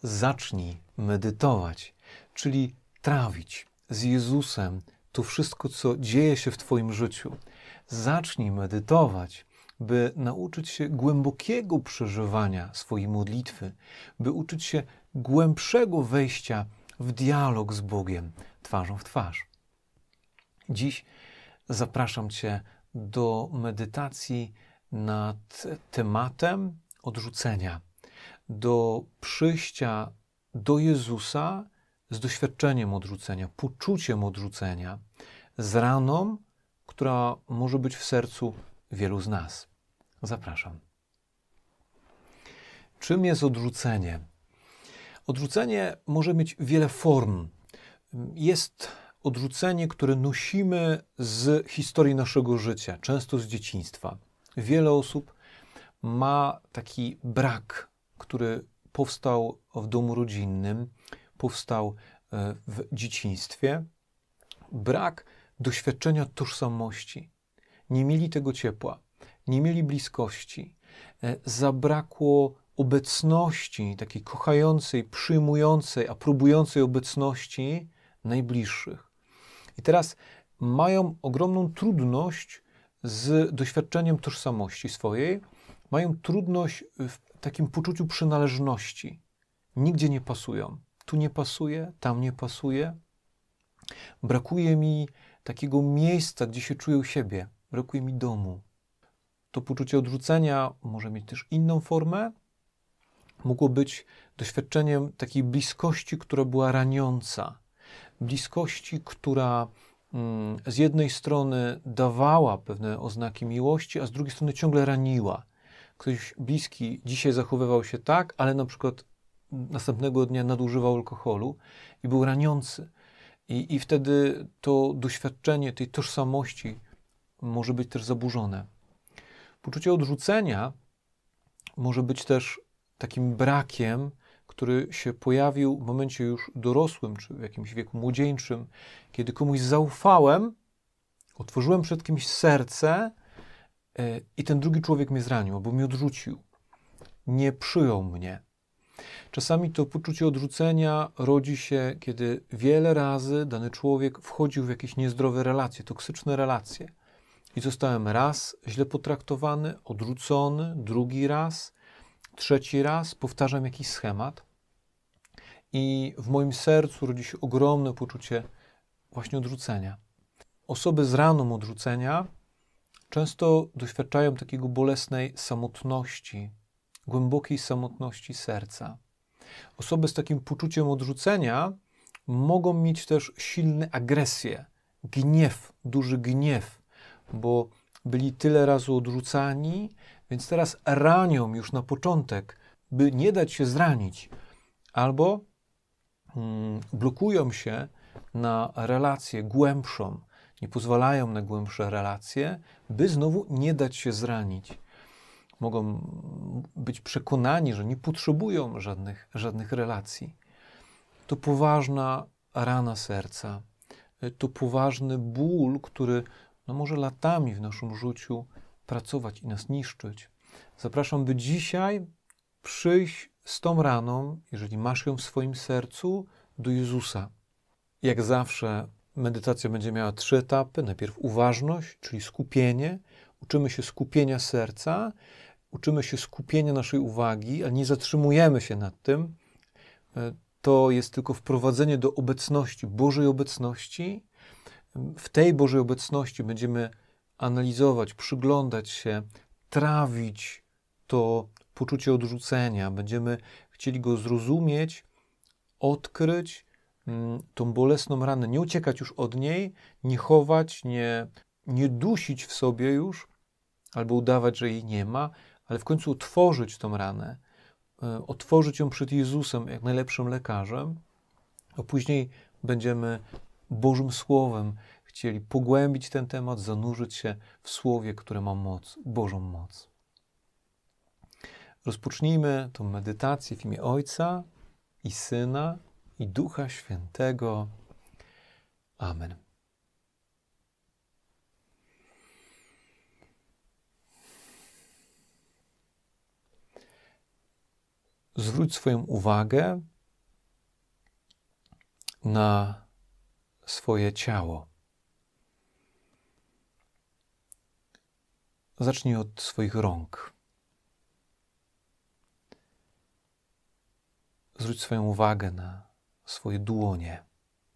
zacznij medytować, czyli trawić z Jezusem to wszystko, co dzieje się w Twoim życiu. Zacznij medytować, by nauczyć się głębokiego przeżywania swojej modlitwy, by uczyć się głębszego wejścia w dialog z Bogiem twarzą w twarz. Dziś zapraszam Cię do medytacji nad tematem odrzucenia, do przyjścia do Jezusa z doświadczeniem odrzucenia, poczuciem odrzucenia, z raną, która może być w sercu wielu z nas. Zapraszam. Czym jest odrzucenie? Odrzucenie może mieć wiele form. Jest odrzucenie, które nosimy z historii naszego życia, często z dzieciństwa. Wiele osób ma taki brak, który powstał w domu rodzinnym, powstał w dzieciństwie. Brak doświadczenia tożsamości. Nie mieli tego ciepła, nie mieli bliskości. Zabrakło obecności, takiej kochającej, przyjmującej, aprobującej obecności najbliższych. I teraz mają ogromną trudność z doświadczeniem tożsamości swojej, mają trudność w takim poczuciu przynależności. Nigdzie nie pasują. Tu nie pasuje, tam nie pasuje. Brakuje mi takiego miejsca, gdzie się czuję u siebie. Brakuje mi domu. To poczucie odrzucenia może mieć też inną formę. Mogło być doświadczeniem takiej bliskości, która była raniąca. Bliskości, która z jednej strony dawała pewne oznaki miłości, a z drugiej strony ciągle raniła. Ktoś bliski dzisiaj zachowywał się tak, ale na przykład następnego dnia nadużywał alkoholu i był raniący. I wtedy to doświadczenie tej tożsamości może być też zaburzone. Poczucie odrzucenia może być też takim brakiem, który się pojawił w momencie już dorosłym, czy w jakimś wieku młodzieńczym, kiedy komuś zaufałem, otworzyłem przed kimś serce i ten drugi człowiek mnie zranił, albo mnie odrzucił, nie przyjął mnie. Czasami to poczucie odrzucenia rodzi się, kiedy wiele razy dany człowiek wchodził w jakieś niezdrowe relacje, toksyczne relacje. I zostałem raz źle potraktowany, odrzucony, drugi raz, trzeci raz, powtarzam jakiś schemat. I w moim sercu rodzi się ogromne poczucie właśnie odrzucenia. Osoby z raną odrzucenia często doświadczają takiego bolesnej samotności, głębokiej samotności serca. Osoby z takim poczuciem odrzucenia mogą mieć też silne agresje, gniew, duży gniew, bo byli tyle razy odrzucani, więc teraz ranią już na początek, by nie dać się zranić, albo blokują się na relację głębszą, nie pozwalają na głębsze relacje, by znowu nie dać się zranić. Mogą być przekonani, że nie potrzebują żadnych relacji. To poważna rana serca, to poważny ból, który może latami w naszym życiu pracować i nas niszczyć. Zapraszam, by dzisiaj przyjść z tą raną, jeżeli masz ją w swoim sercu, do Jezusa. Jak zawsze medytacja będzie miała 3 etapy. Najpierw uważność, czyli skupienie. Uczymy się skupienia serca, uczymy się skupienia naszej uwagi, ale nie zatrzymujemy się nad tym. To jest tylko wprowadzenie do obecności, Bożej obecności. W tej Bożej obecności będziemy analizować, przyglądać się, trawić to poczucie odrzucenia. Będziemy chcieli go zrozumieć, odkryć tą bolesną ranę, nie uciekać już od niej, nie chować, nie dusić w sobie już, albo udawać, że jej nie ma, ale w końcu otworzyć tą ranę, otworzyć ją przed Jezusem jak najlepszym lekarzem, a później będziemy Bożym Słowem chcieli pogłębić ten temat, zanurzyć się w Słowie, które ma moc, Bożą moc. Rozpocznijmy tę medytację w imię Ojca i Syna i Ducha Świętego. Amen. Zwróć swoją uwagę na swoje ciało. Zacznij od swoich rąk. Zwróć swoją uwagę na swoje dłonie.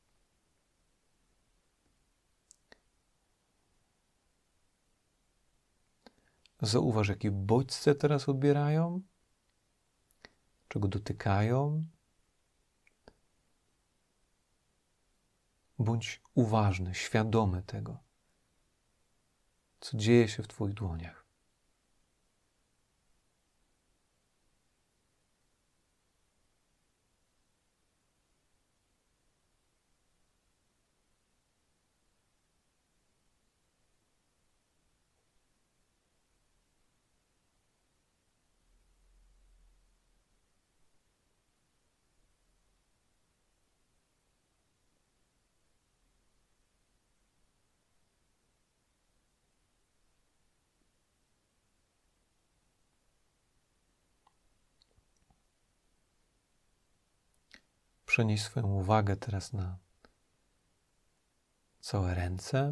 Zauważ, jakie bodźce teraz odbierają, czego dotykają. Bądź uważny, świadomy tego, co dzieje się w Twoich dłoniach. Przenieś swoją uwagę teraz na całe ręce.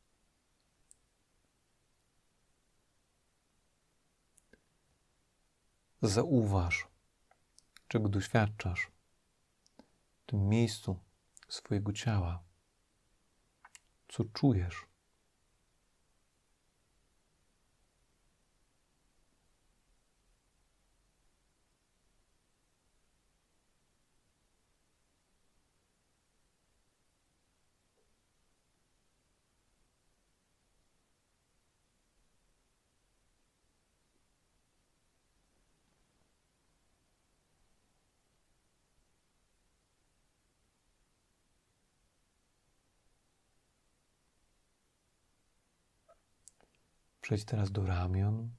Zauważ, czego doświadczasz w tym miejscu swojego ciała. Co czujesz? Przejdź teraz do ramion.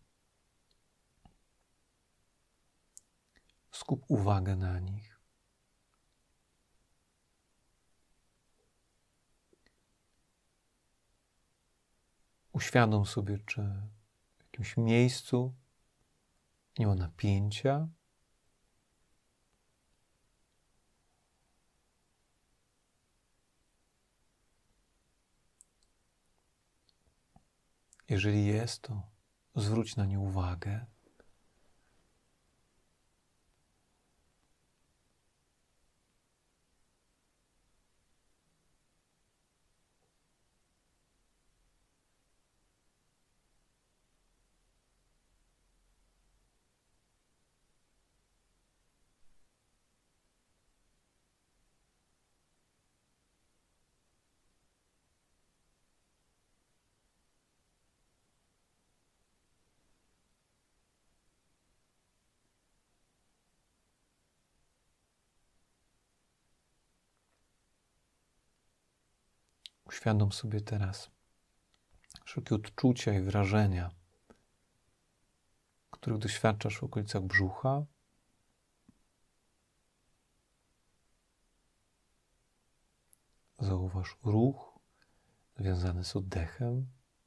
Skup uwagę na nich. Uświadom sobie, czy w jakimś miejscu nie ma napięcia. Jeżeli jest, to zwróć na nie uwagę. Uświadom sobie teraz wszelkie odczucia i wrażenia, których doświadczasz w okolicach brzucha. Zauważ ruch związany z oddechem.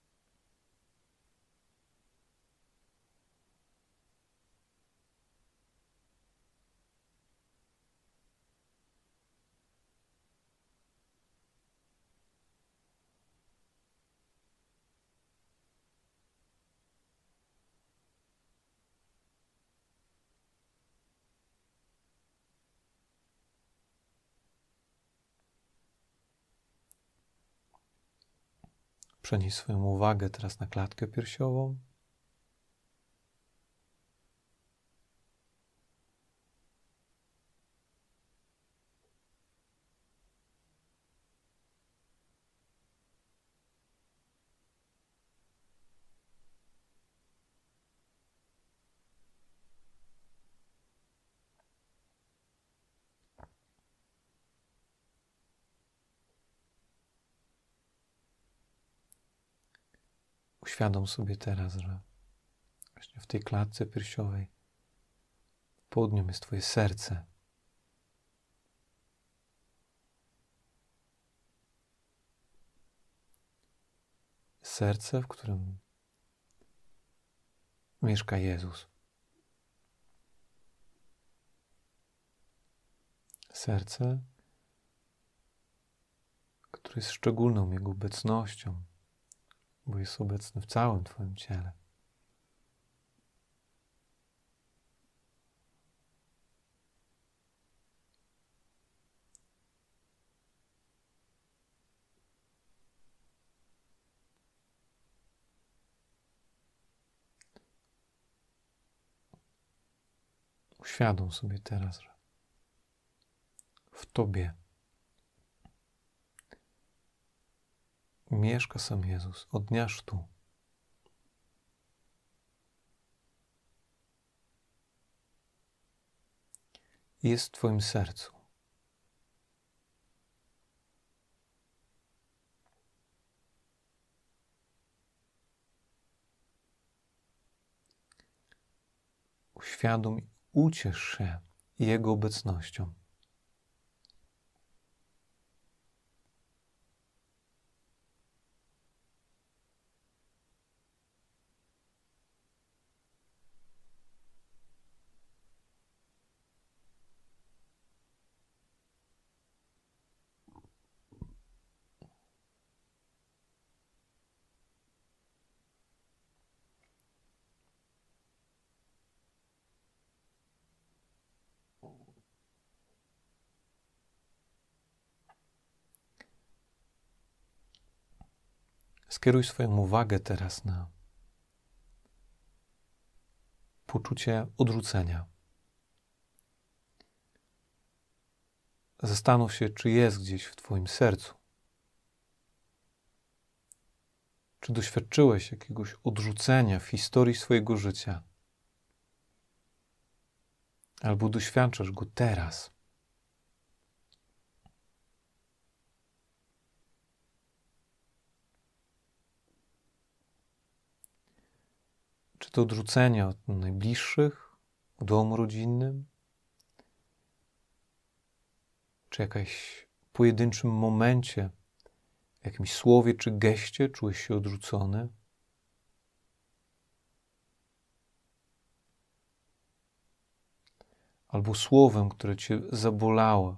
Przenieś swoją uwagę teraz na klatkę piersiową. Uświadom sobie teraz, że właśnie w tej klatce piersiowej pod nią jest Twoje serce. Serce, w którym mieszka Jezus. Serce, który jest szczególną Jego obecnością, bo jest obecny w całym Twoim ciele. Uświadom sobie teraz, że w Tobie mieszka sam Jezus od dnia chrztu. Jest w Twoim sercu. Uświadom i uciesz się Jego obecnością. Skieruj swoją uwagę teraz na poczucie odrzucenia. Zastanów się, czy jest gdzieś w Twoim sercu. Czy doświadczyłeś jakiegoś odrzucenia w historii swojego życia? Albo doświadczasz go teraz? Czy to odrzucenie od najbliższych, w domu rodzinnym? Czy jakaś pojedynczym momencie, w jakimś słowie czy geście czułeś się odrzucony? Albo słowem, które Cię zabolało?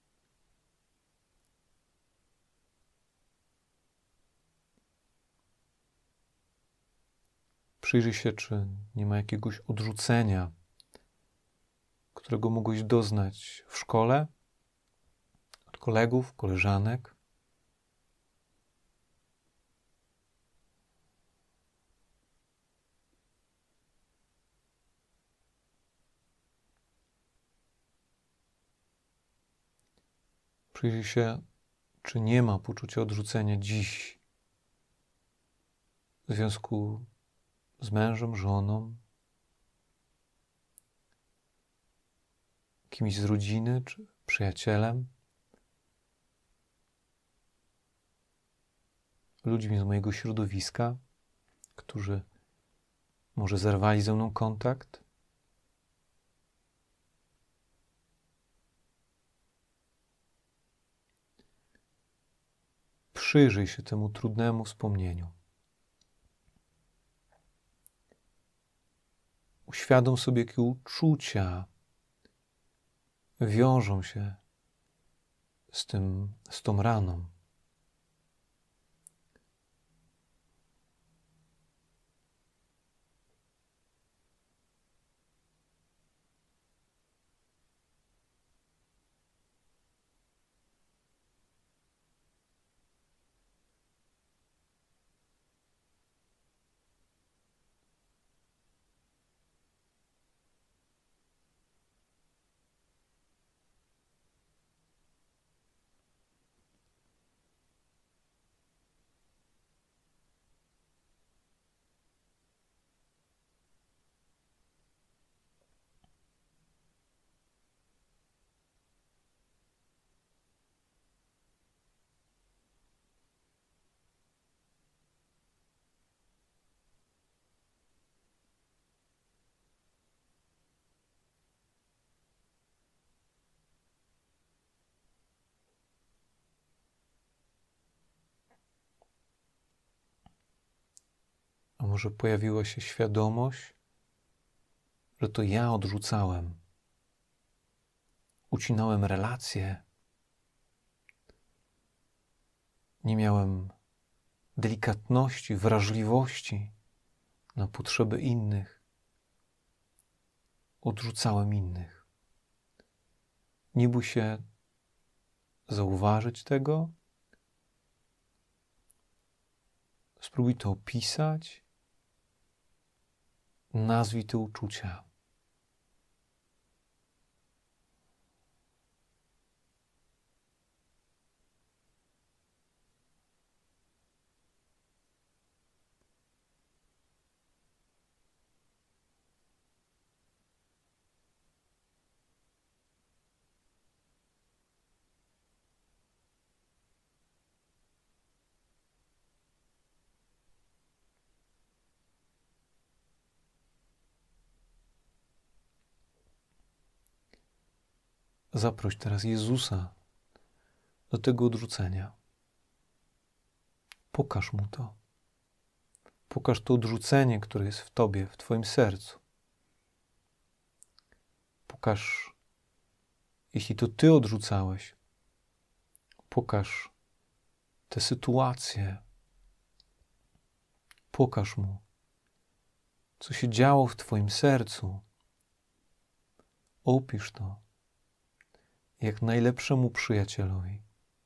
Przyjrzyj się, czy nie ma jakiegoś odrzucenia, którego mogłeś doznać w szkole, od kolegów, koleżanek. Przyjrzyj się, czy nie ma poczucia odrzucenia dziś w związku z mężem, żoną, kimś z rodziny czy przyjacielem, ludźmi z mojego środowiska, którzy może zerwali ze mną kontakt. Przyjrzyj się temu trudnemu wspomnieniu. Uświadom sobie, jakie uczucia wiążą się z tą raną. A może pojawiła się świadomość, że to ja odrzucałem, ucinałem relacje, nie miałem delikatności, wrażliwości na potrzeby innych. Odrzucałem innych. Nie bój się zauważyć tego. Spróbuj to opisać. Nazwij te uczucia. Zaproś teraz Jezusa do tego odrzucenia. Pokaż Mu to. Pokaż to odrzucenie, które jest w Tobie, w Twoim sercu. Pokaż, jeśli to Ty odrzucałeś, pokaż tę sytuację. Pokaż Mu, co się działo w Twoim sercu. Opisz to jak najlepszemu przyjacielowi.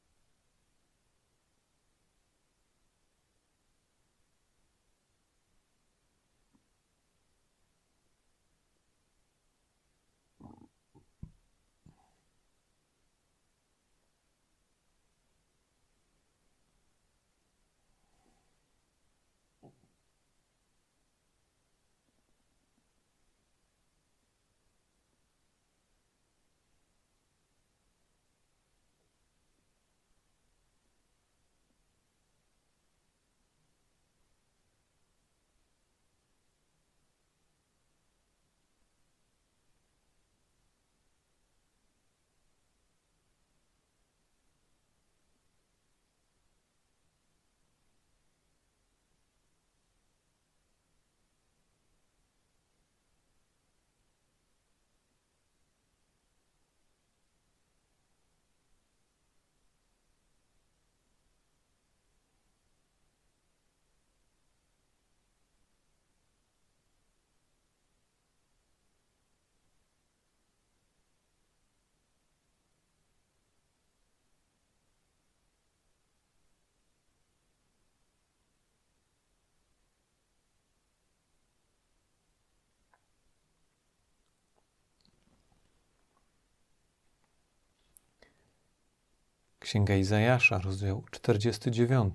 Księga Izajasza, rozdział 49.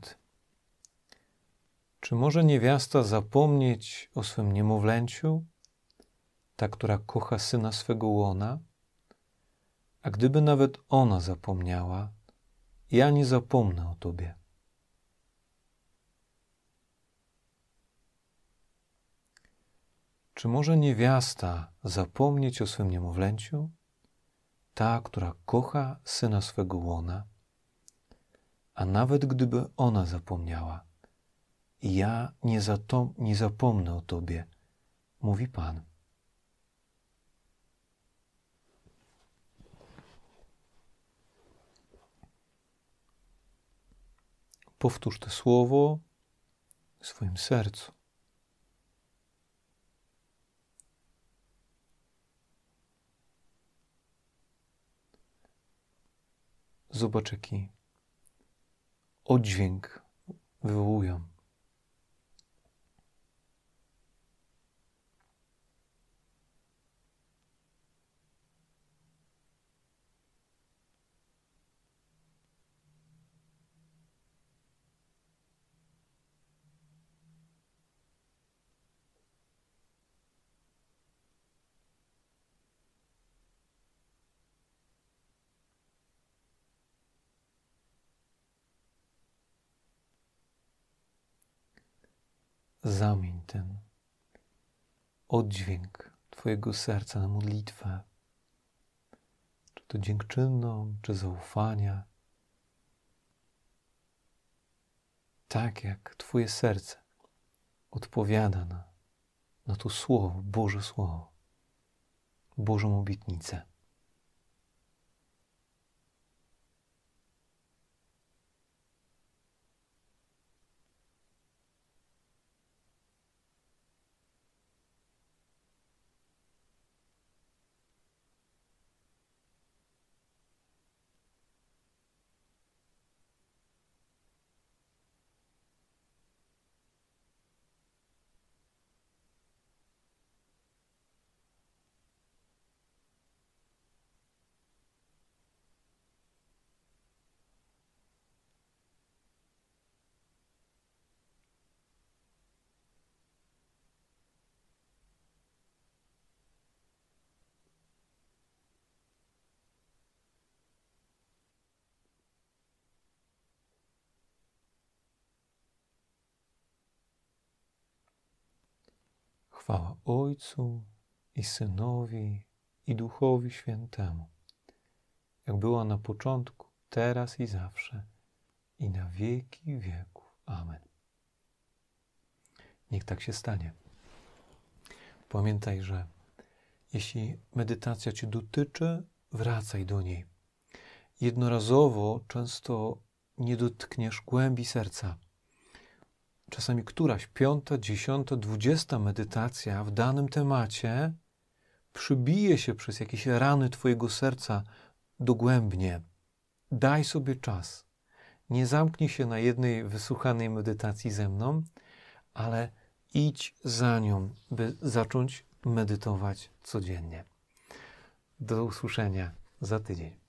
Czy może niewiasta zapomnieć o swym niemowlęciu, ta, która kocha syna swego łona? A gdyby nawet ona zapomniała, ja nie zapomnę o Tobie. Czy może niewiasta zapomnieć o swym niemowlęciu, ta, która kocha syna swego łona? A nawet gdyby ona zapomniała, ja nie zapomnę o Tobie, mówi Pan. Powtórz to słowo w swoim sercu. Zobacz, jaki oddźwięk wywołują. Zamień ten oddźwięk Twojego serca na modlitwę, czy to dziękczynną, czy zaufania, tak jak Twoje serce odpowiada na to Słowo, Boże Słowo, Bożą obietnicę. Chwała Ojcu i Synowi i Duchowi Świętemu, jak była na początku, teraz i zawsze, i na wieki wieków. Amen. Niech tak się stanie. Pamiętaj, że jeśli medytacja Cię dotyczy, wracaj do niej. Jednorazowo często nie dotkniesz głębi serca. Czasami któraś 5., 10., 20. medytacja w danym temacie przybije się przez jakieś rany Twojego serca dogłębnie. Daj sobie czas. Nie zamknij się na jednej wysłuchanej medytacji ze mną, ale idź za nią, by zacząć medytować codziennie. Do usłyszenia za tydzień.